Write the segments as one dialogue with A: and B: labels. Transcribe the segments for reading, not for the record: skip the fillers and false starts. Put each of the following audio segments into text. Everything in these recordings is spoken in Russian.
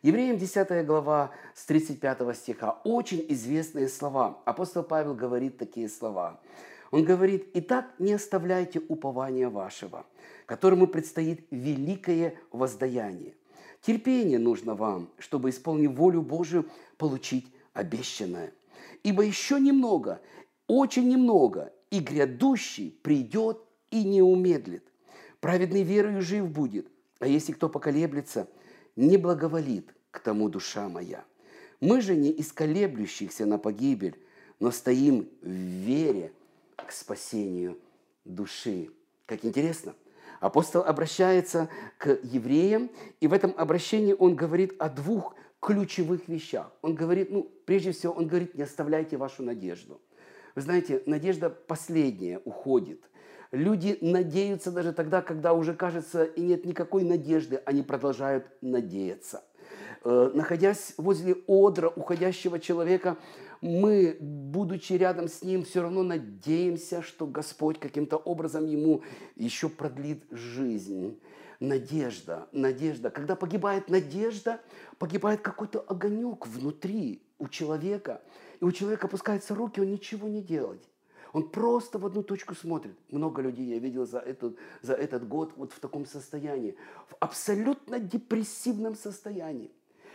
A: Евреям 10 глава с 35 стиха. Очень известные слова. Апостол Павел говорит такие слова. Он говорит: «Итак, не оставляйте упования вашего, которому предстоит великое воздаяние. Терпение нужно вам, чтобы, исполнив волю Божию, получить обещанное. Ибо еще немного, очень немного, и грядущий придет и не умедлит. Праведный верою жив будет, а если кто поколеблется, не благоволит к тому душа моя. Мы же не из колеблющихся на погибель, но стоим в вере к спасению души». Как интересно. Апостол обращается к евреям, и в этом обращении он говорит о двух ключевых вещах. Он говорит, прежде всего, он говорит: не оставляйте вашу надежду. Вы знаете, надежда последняя уходит. Люди надеются даже тогда, когда уже кажется и нет никакой надежды, они продолжают надеяться. Находясь возле одра уходящего человека, мы, будучи рядом с ним, все равно надеемся, что Господь каким-то образом ему еще продлит жизнь. Надежда, надежда. Когда погибает надежда, погибает какой-то огонек внутри у человека. И у человека опускаются руки, он ничего не делает. Он просто в одну точку смотрит. Много людей я видел за этот год вот в таком состоянии. В абсолютно депрессивном состоянии.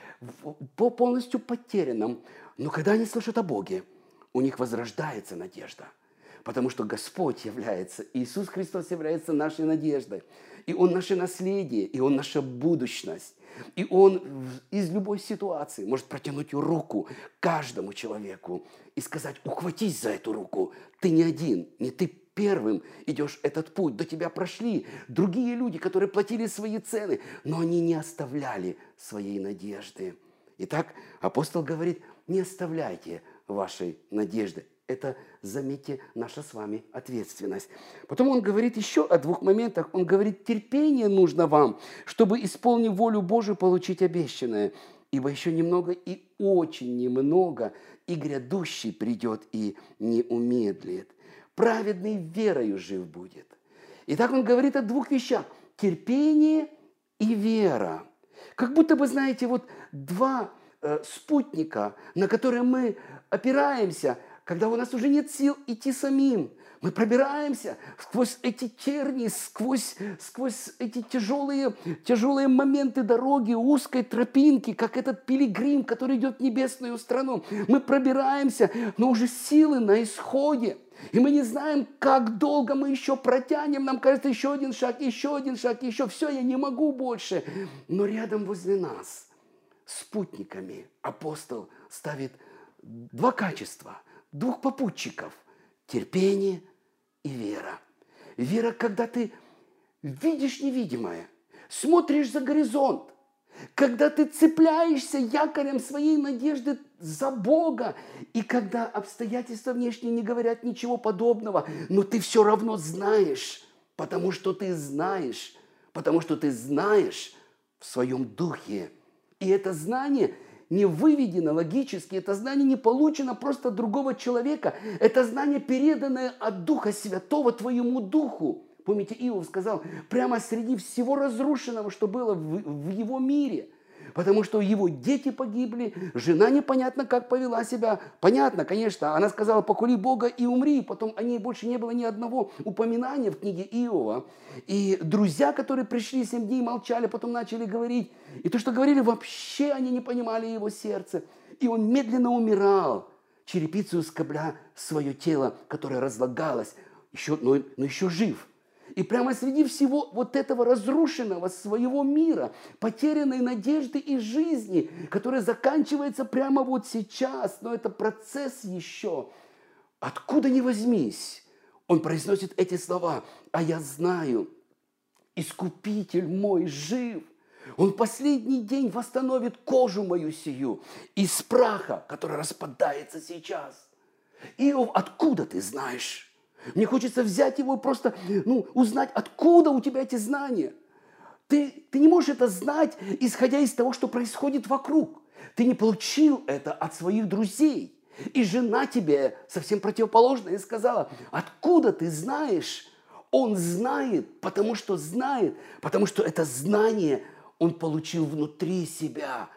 A: Полностью потерянном. Но когда они слышат о Боге, у них возрождается надежда. Потому что Господь является, Иисус Христос является нашей надеждой. И Он наше наследие, и Он наша будущность. И Он из любой ситуации может протянуть руку каждому человеку и сказать: ухватись за эту руку. Ты не один, не ты первым идешь этот путь. До тебя прошли другие люди, которые платили свои цены, но они не оставляли своей надежды. Итак, апостол говорит: не оставляйте вашей надежды. Это, заметьте, наша с вами ответственность. Потом он говорит еще о двух моментах. Он говорит: терпение нужно вам, чтобы, исполнив волю Божию, получить обещанное. Ибо еще немного и очень немного, и грядущий придет и не умедлит. Праведный верою жив будет. Итак, он говорит о двух вещах: терпение и вера. Как будто бы, знаете, вот два спутника, на которые мы опираемся, когда у нас уже нет сил идти самим. Мы пробираемся сквозь эти тернии, сквозь эти тяжелые моменты дороги, узкой тропинки, как этот пилигрим, который идет в небесную страну. Мы пробираемся, но уже силы на исходе. И мы не знаем, как долго мы еще протянем. Нам кажется, еще один шаг, еще. Все, я не могу больше. Но рядом возле нас, спутниками, апостол ставит два качества, двух попутчиков: терпение и вера. Вера, когда ты видишь невидимое, смотришь за горизонт, когда ты цепляешься якорем своей надежды за Бога, и когда обстоятельства внешние не говорят ничего подобного, но ты все равно знаешь, потому что ты знаешь в своем духе. И это знание не выведено логически, это знание не получено просто от другого человека. Это знание, переданное от Духа Святого твоему духу. Помните, Иов сказал: прямо среди всего разрушенного, что было в его мире. Потому что его дети погибли, жена непонятно как повела себя. Понятно, конечно, она сказала: покури Бога и умри. Потом о ней больше не было ни одного упоминания в книге Иова. И друзья, которые пришли 7 дней, молчали, потом начали говорить. И то, что говорили, вообще они не понимали его сердце. И он медленно умирал, черепицу скобля свое тело, которое разлагалось, но еще жив. И прямо среди всего вот этого разрушенного своего мира, потерянной надежды и жизни, которая заканчивается прямо вот сейчас, но это процесс еще, откуда ни возьмись, он произносит эти слова: «А я знаю, Искупитель мой жив, Он в последний день восстановит кожу мою сию из праха, который распадается сейчас». Иов, откуда ты знаешь? Мне хочется взять его и просто узнать, откуда у тебя эти знания. Ты не можешь это знать, исходя из того, что происходит вокруг. Ты не получил это от своих друзей. И жена тебе совсем противоположная и сказала: откуда ты знаешь? Он знает, потому что это знание он получил внутри себя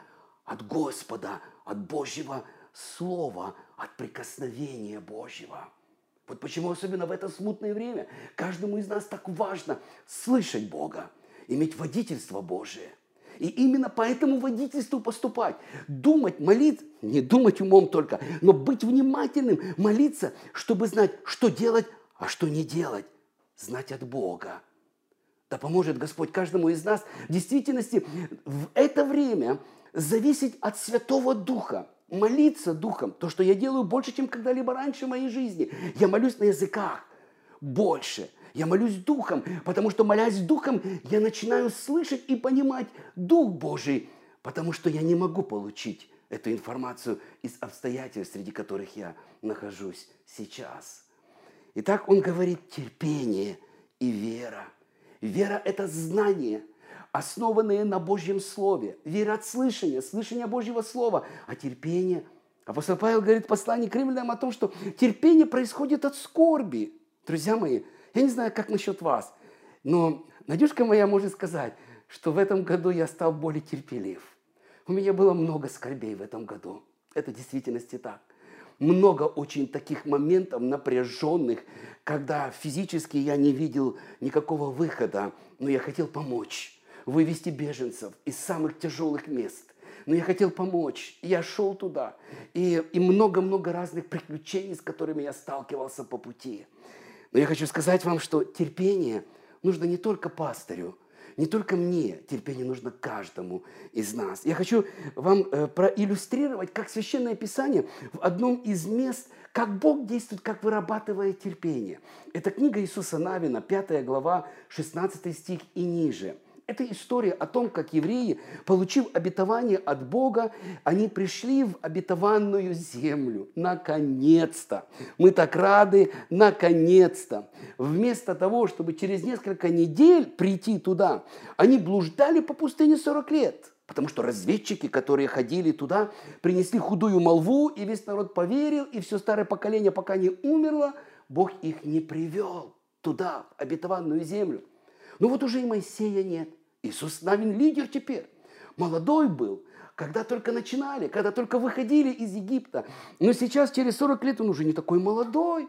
A: от Господа, от Божьего Слова, от прикосновения Божьего. Вот почему особенно в это смутное время каждому из нас так важно слышать Бога, иметь водительство Божие. И именно по этому водительству поступать. Думать, молиться, не думать умом только, но быть внимательным, молиться, чтобы знать, что делать, а что не делать. Знать от Бога. Да поможет Господь каждому из нас в действительности в это время зависеть от Святого Духа. Молиться Духом. То, что я делаю больше, чем когда-либо раньше в моей жизни. Я молюсь на языках больше. Я молюсь Духом, потому что, молясь Духом, я начинаю слышать и понимать Дух Божий, потому что я не могу получить эту информацию из обстоятельств, среди которых я нахожусь сейчас. Итак, он говорит терпение и вера. Вера – это знание, основанное на Божьем Слове. Вера от слышания, слышания Божьего Слова, а терпение. Апостол Павел говорит в послании к римлянам о том, что терпение происходит от скорби. Друзья мои, я не знаю, как насчет вас, но Надюшка моя может сказать, что в этом году я стал более терпелив. У меня было много скорбей в этом году. Это в действительности так. Много очень таких моментов напряженных, когда физически я не видел никакого выхода, но я хотел помочь, вывести беженцев из самых тяжелых мест. Но я хотел помочь, и я шел туда. И много-много разных приключений, с которыми я сталкивался по пути. Но я хочу сказать вам, что терпение нужно не только пастырю, не только мне, терпение нужно каждому из нас. Я хочу вам проиллюстрировать, как Священное Писание в одном из мест, как Бог действует, как вырабатывает терпение. Это книга Иисуса Навина, 5 глава, 16 стих и ниже. Это история о том, как евреи, получив обетование от Бога, они пришли в обетованную землю. Наконец-то! Мы так рады, наконец-то! Вместо того, чтобы через несколько недель прийти туда, они блуждали по пустыне 40 лет. Потому что разведчики, которые ходили туда, принесли худую молву, и весь народ поверил, и все старое поколение, пока не умерло, Бог их не привел туда, в обетованную землю. Ну вот уже и Моисея нет. Иисус Навин лидер теперь. Молодой был, когда только начинали, когда только выходили из Египта. Но сейчас, через 40 лет, он уже не такой молодой.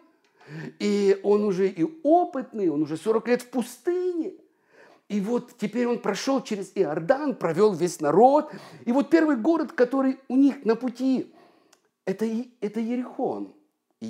A: И он уже и опытный, он уже 40 лет в пустыне. И вот теперь он прошел через Иордан, провел весь народ. И вот первый город, который у них на пути, это Иерихон. И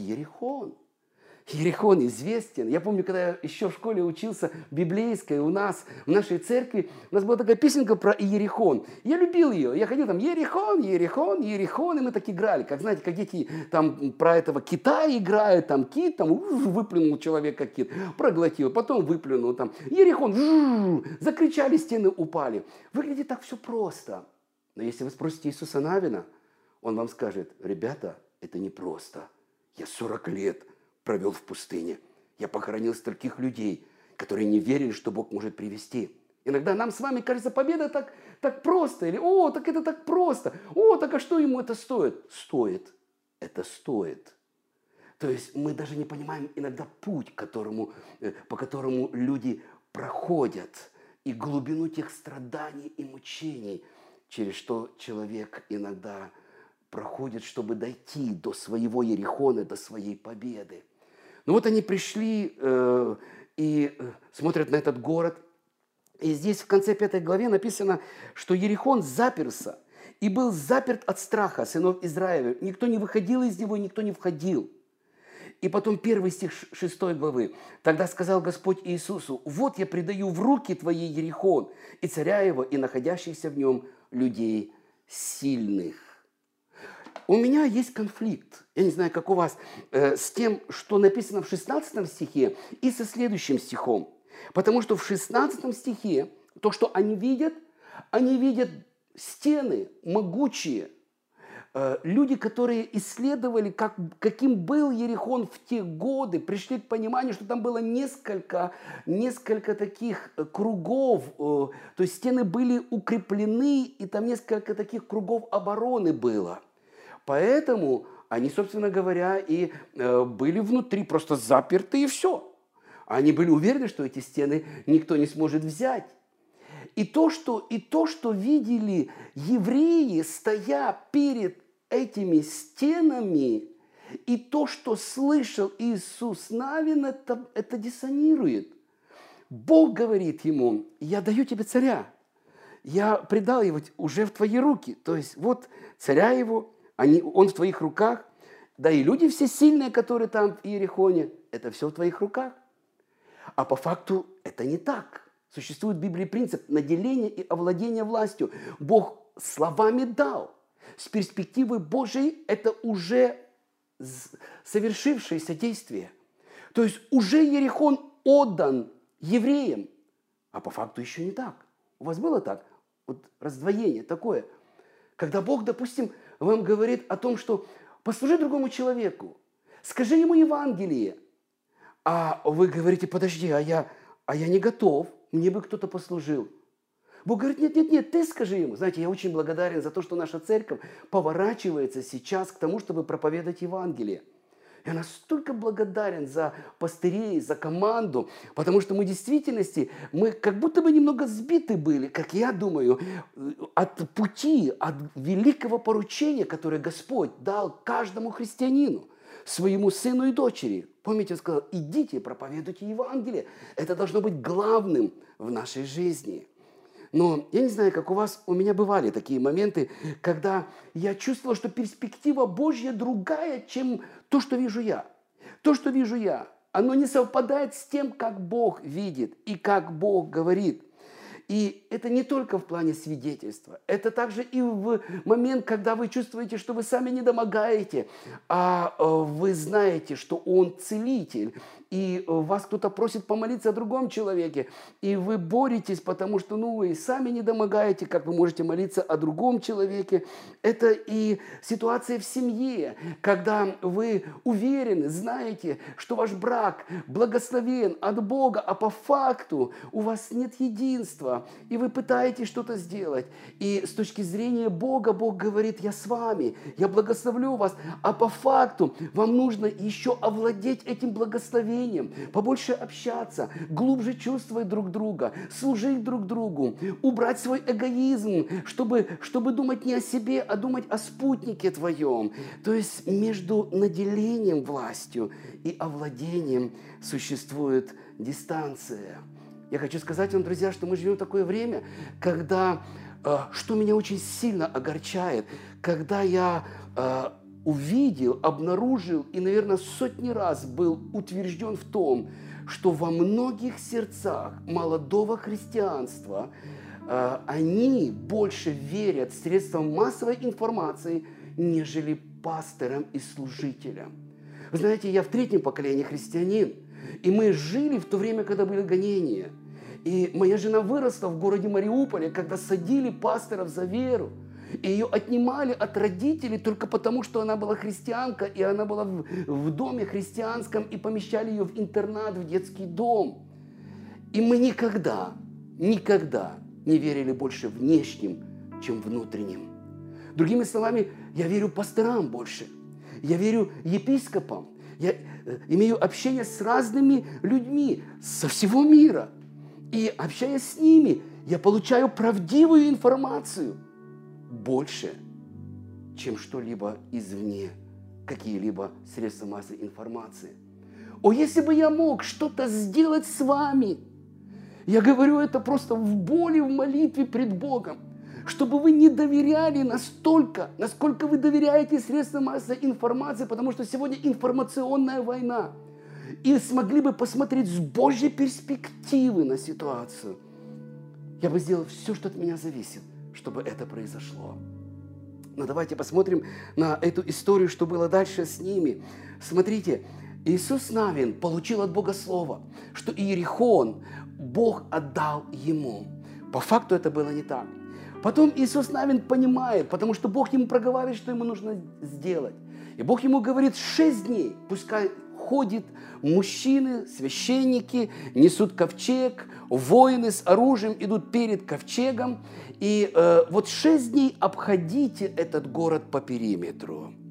A: Иерихон известен. Я помню, когда я еще в школе учился библейской, у нас, в нашей церкви, у нас была такая песенка про Иерихон. Я любил ее. Я ходил там Иерихон, Иерихон, Иерихон, и мы так играли. Как, знаете, как дети там про этого кита играют, там кит, там выплюнул человека кит, проглотил, потом выплюнул, там Иерихон, закричали, стены упали. Выглядит так все просто. Но если вы спросите Иисуса Навина, он вам скажет: ребята, это не просто. Я 40 лет провел в пустыне. Я похоронил стольких людей, которые не верили, что Бог может привести. Иногда нам с вами кажется, победа так просто. Или, о, так это так просто. О, так а что ему это стоит? Стоит. Это стоит. То есть мы даже не понимаем иногда путь, по которому люди проходят, и глубину тех страданий и мучений, через что человек иногда проходит, чтобы дойти до своего Иерихона, до своей победы. Ну вот они пришли и смотрят на этот город. И здесь в конце 5 главе написано, что Иерихон заперся и был заперт от страха сынов Израиля. Никто не выходил из него, никто не входил. И потом 1 стих 6 главы. «Тогда сказал Господь Иисусу: вот я предаю в руки твои Иерихон, и царя его, и находящихся в нем людей сильных». У меня есть конфликт, я не знаю, как у вас, с тем, что написано в 16 стихе и со следующим стихом. Потому что в 16 стихе то, что они видят стены могучие. Люди, которые исследовали, каким был Иерихон в те годы, пришли к пониманию, что там было несколько таких кругов, то есть стены были укреплены, и там несколько таких кругов обороны было. Поэтому они, собственно говоря, и были внутри просто заперты, и все. Они были уверены, что эти стены никто не сможет взять. И то, что видели евреи, стоя перед этими стенами, и то, что слышал Иисус Навин, это диссонирует. Бог говорит ему: я даю тебе царя, я предал его уже в твои руки. То есть вот царя его, он в твоих руках, да и люди все сильные, которые там в Иерихоне, это все в твоих руках. А по факту это не так. Существует в Библии принцип наделения и овладения властью. Бог словами дал. С перспективы Божией это уже совершившееся действие. То есть уже Иерихон отдан евреям, а по факту еще не так. У вас было так? Вот раздвоение такое. Когда Бог, допустим, вам говорит о том, что послужи другому человеку, скажи ему Евангелие, а вы говорите: подожди, а я не готов, мне бы кто-то послужил. Бог говорит: нет, ты скажи ему. Знаете, я очень благодарен за то, что наша церковь поворачивается сейчас к тому, чтобы проповедовать Евангелие. Я настолько благодарен за пастырей, за команду, потому что мы в действительности, мы как будто бы немного сбиты были, как я думаю, от пути, от великого поручения, которое Господь дал каждому христианину, своему сыну и дочери. Помните, он сказал: идите, проповедуйте Евангелие. Это должно быть главным в нашей жизни. Но я не знаю, как у вас, у меня бывали такие моменты, когда я чувствовал, что перспектива Божья другая, чем то, что вижу я. То, что вижу я, оно не совпадает с тем, как Бог видит и как Бог говорит. И это не только в плане свидетельства, это также и в момент, когда вы чувствуете, что вы сами не домогаете, а вы знаете, что Он целитель, и вас кто-то просит помолиться о другом человеке, и вы боретесь, потому что вы сами не домогаете, как вы можете молиться о другом человеке. Это и ситуация в семье, когда вы уверены, знаете, что ваш брак благословен от Бога, а по факту у вас нет единства, и вы пытаетесь что-то сделать. И с точки зрения Бога, Бог говорит: я с вами, я благословлю вас, а по факту вам нужно еще овладеть этим благословением, побольше общаться, глубже чувствовать друг друга, служить друг другу, убрать свой эгоизм, чтобы думать не о себе, а думать о спутнике твоем. То есть между наделением властью и овладением существует дистанция. Я хочу сказать вам, друзья, что мы живем в такое время, когда, что меня очень сильно огорчает, когда я увидел, обнаружил и, наверное, сотни раз был утвержден в том, что во многих сердцах молодого христианства они больше верят средствам массовой информации, нежели пасторам и служителям. Вы знаете, я в третьем поколении христианин, и мы жили в то время, когда были гонения. И моя жена выросла в городе Мариуполе, когда садили пасторов за веру. И ее отнимали от родителей только потому, что она была христианка, и она была в доме христианском, и помещали ее в интернат, в детский дом. И мы никогда не верили больше внешним, чем внутренним. Другими словами, я верю пасторам больше. Я верю епископам. Я имею общение с разными людьми со всего мира. И общаясь с ними, я получаю правдивую информацию больше, чем что-либо извне, какие-либо средства массовой информации. О, если бы я мог что-то сделать с вами, я говорю это просто в боли, в молитве пред Богом, чтобы вы не доверяли настолько, насколько вы доверяете средствам массовой информации, потому что сегодня информационная война, и смогли бы посмотреть с Божьей перспективы на ситуацию. Я бы сделал все, что от меня зависит, чтобы это произошло. Но давайте посмотрим на эту историю, что было дальше с ними. Смотрите, Иисус Навин получил от Бога слово, что Иерихон Бог отдал ему. По факту это было не так. Потом Иисус Навин понимает, потому что Бог ему проговаривает, что ему нужно сделать. И Бог ему говорит: 6 дней, пускай ходят мужчины, священники, несут ковчег, воины с оружием идут перед ковчегом. И вот 6 дней обходите этот город по периметру.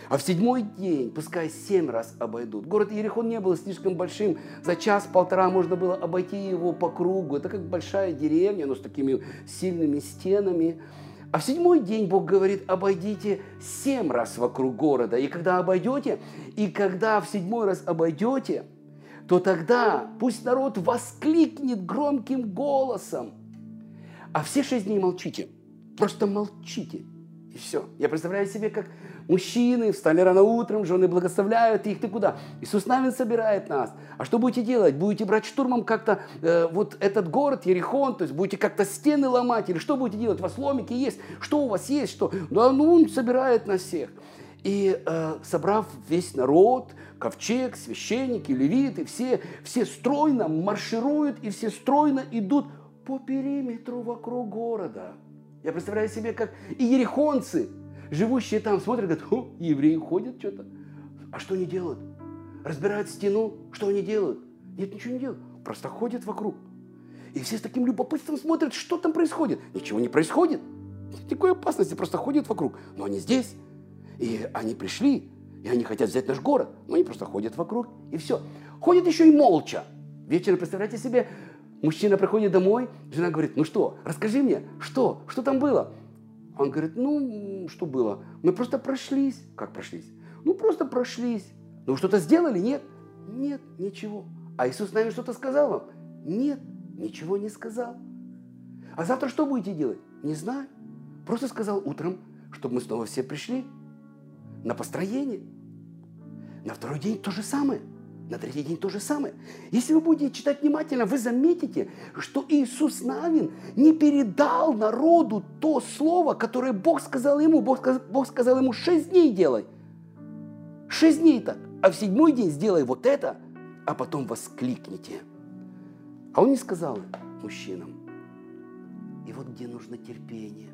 A: А в седьмой день пускай 7 раз обойдут. Город Иерихон не был слишком большим. За час-полтора можно было обойти его по кругу. Это как большая деревня, но с такими сильными стенами. А в седьмой день Бог говорит: обойдите 7 раз вокруг города. И когда обойдете, и когда в 7-й раз обойдете, то тогда пусть народ воскликнет громким голосом. А все 6 дней молчите. Просто молчите. И все. Я представляю себе, как мужчины встали рано утром, жены благословляют их. Ты куда? Иисус Навин собирает нас. А что будете делать? Будете брать штурмом как-то вот этот город, Иерихон? То есть будете как-то стены ломать? Или что будете делать? У вас ломики есть? Что у вас есть? Что? Да, ну, он собирает нас всех. И собрав весь народ, ковчег, священники, левиты, все стройно маршируют и все стройно идут по периметру вокруг города. Я представляю себе, как и иерихонцы, живущие там, смотрят, говорят: о, евреи ходят что-то. А что они делают? Разбирают стену. Что они делают? Нет, ничего не делают. Просто ходят вокруг. И все с таким любопытством смотрят, что там происходит. Ничего не происходит. Никакой опасности, просто ходят вокруг. Но они здесь. И они пришли, и они хотят взять наш город. Но они просто ходят вокруг, и все. Ходят еще и молча. Вечером, представляете себе, мужчина приходит домой, жена говорит: ну что, расскажи мне, что там было? Он говорит: ну, что было? Мы просто прошлись. Как прошлись? Ну, просто прошлись. Ну, вы что-то сделали? Нет. Нет, ничего. А Иисус Навин что-то сказал вам? Нет, ничего не сказал. А завтра что будете делать? Не знаю. Просто сказал утром, чтобы мы снова все пришли на построение. На второй день то же самое. На третий день то же самое. Если вы будете читать внимательно, вы заметите, что Иисус Навин не передал народу то слово, которое Бог сказал ему. Бог сказал ему: 6 дней делай. 6 дней так. А в 7-й день сделай вот это, а потом воскликните. А он не сказал мужчинам. И вот где нужно терпение.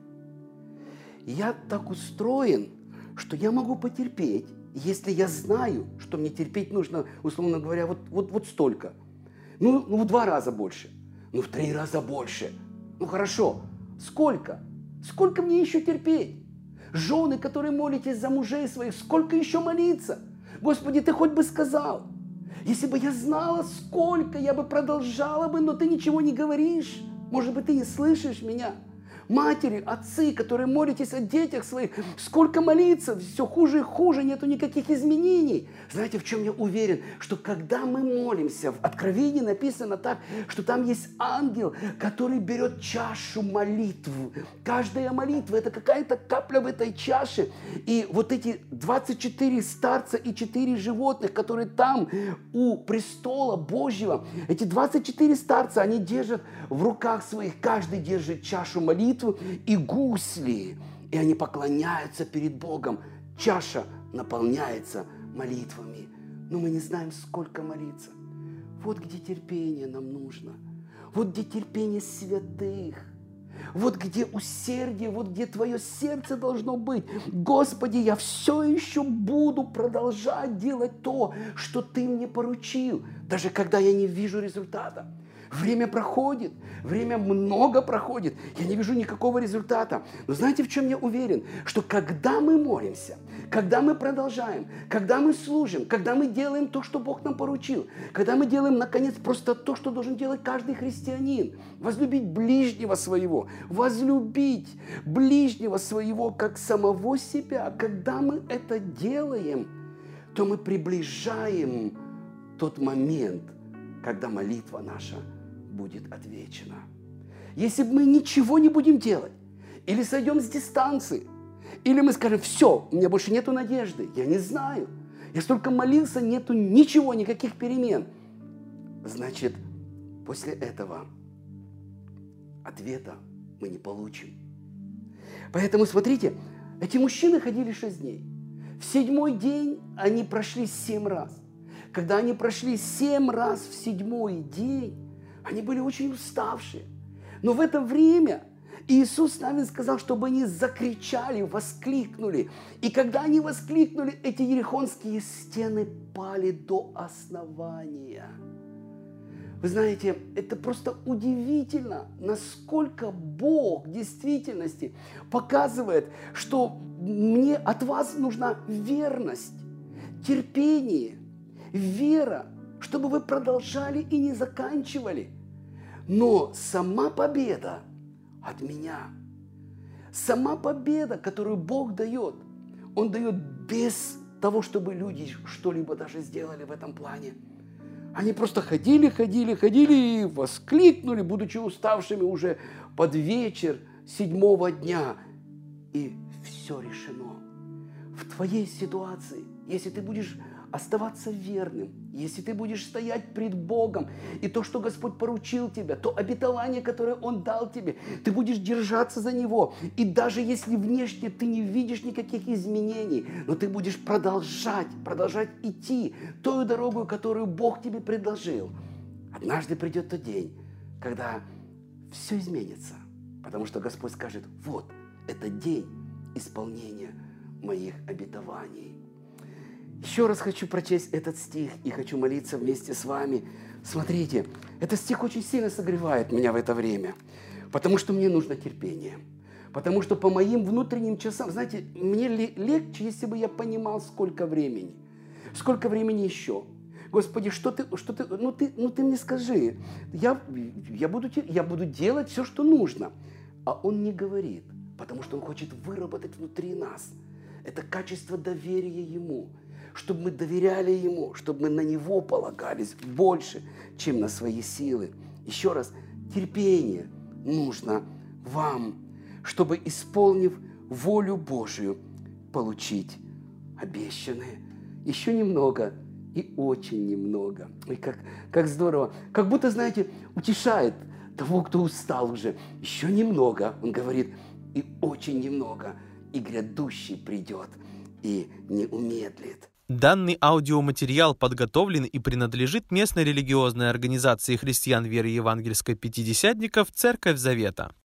A: Я так устроен, что я могу потерпеть, если я знаю, что мне терпеть нужно, условно говоря, вот столько. Ну, в 2 раза больше. Ну, в 3 раза больше. Ну, хорошо. Сколько? Сколько мне еще терпеть? Жены, которые молитесь за мужей своих, сколько еще молиться? Господи, ты хоть бы сказал. Если бы я знала, сколько, я бы продолжала бы, но ты ничего не говоришь. Может быть, ты не слышишь меня. Матери, отцы, которые молитесь о детях своих, сколько молиться, все хуже и хуже, нету никаких изменений. Знаете, в чем я уверен? Что когда мы молимся, в Откровении написано так, что там есть ангел, который берет чашу молитв. Каждая молитва – это какая-то капля в этой чаше. И вот эти 24 старца и 4 животных, которые там у престола Божьего, эти 24 старца, они держат в руках своих, каждый держит чашу молитвы и гусли, и они поклоняются перед Богом. Чаша наполняется молитвами. Но мы не знаем, сколько молиться. Вот где терпение нам нужно. Вот где терпение святых. Вот где усердие, вот где твое сердце должно быть. Господи, я все еще буду продолжать делать то, что Ты мне поручил, даже когда я не вижу результата. Время проходит, время много проходит, я не вижу никакого результата. Но знаете, в чем я уверен? Что когда мы молимся, когда мы продолжаем, когда мы служим, когда мы делаем то, что Бог нам поручил, когда мы делаем, наконец, просто то, что должен делать каждый христианин, возлюбить ближнего своего, возлюбить ближнего своего как самого себя, когда мы это делаем, то мы приближаем тот момент, когда молитва наша будет отвечена. Если мы ничего не будем делать, или сойдем с дистанции, или мы скажем: все, у меня больше нету надежды, я не знаю, я столько молился, нету ничего, никаких перемен, значит, после этого ответа мы не получим. Поэтому, смотрите, эти мужчины ходили 6 дней. В 7-й день они прошли 7 раз. Когда они прошли 7 раз в 7-й день, они были очень уставшие. Но в это время Иисус Навин сказал, чтобы они закричали, воскликнули. И когда они воскликнули, эти иерихонские стены пали до основания. Вы знаете, это просто удивительно, насколько Бог в действительности показывает, что мне от вас нужна верность, терпение, вера, чтобы вы продолжали и не заканчивали. Но сама победа от меня, сама победа, которую Бог дает, Он дает без того, чтобы люди что-либо даже сделали в этом плане. Они просто ходили и воскликнули, будучи уставшими уже под вечер 7-го дня. И все решено. В твоей ситуации, если ты будешь оставаться верным, если ты будешь стоять пред Богом, и то, что Господь поручил тебе, то обетование, которое Он дал тебе, ты будешь держаться за него. И даже если внешне ты не видишь никаких изменений, но ты будешь продолжать идти той дорогой, которую Бог тебе предложил. Однажды придет тот день, когда все изменится, потому что Господь скажет: вот, это день исполнения моих обетований. Еще раз хочу прочесть этот стих и хочу молиться вместе с вами. Смотрите, этот стих очень сильно согревает меня в это время, потому что мне нужно терпение. Потому что по моим внутренним часам, знаете, мне легче, если бы я понимал, сколько времени. Сколько времени еще? Господи, ты мне скажи. Я буду делать все, что нужно. А Он не говорит, потому что Он хочет выработать внутри нас это качество доверия Ему, чтобы мы доверяли Ему, чтобы мы на Него полагались больше, чем на свои силы. Еще раз, терпение нужно вам, чтобы, исполнив волю Божию, получить обещанное. Еще немного и очень немного. И как здорово. Как будто, знаете, утешает того, кто устал уже. Еще немного, Он говорит, и очень немного, и грядущий придет, и не умедлит.
B: Данный аудиоматериал подготовлен и принадлежит местной религиозной организации христиан веры евангельской пятидесятников «Церковь Завета».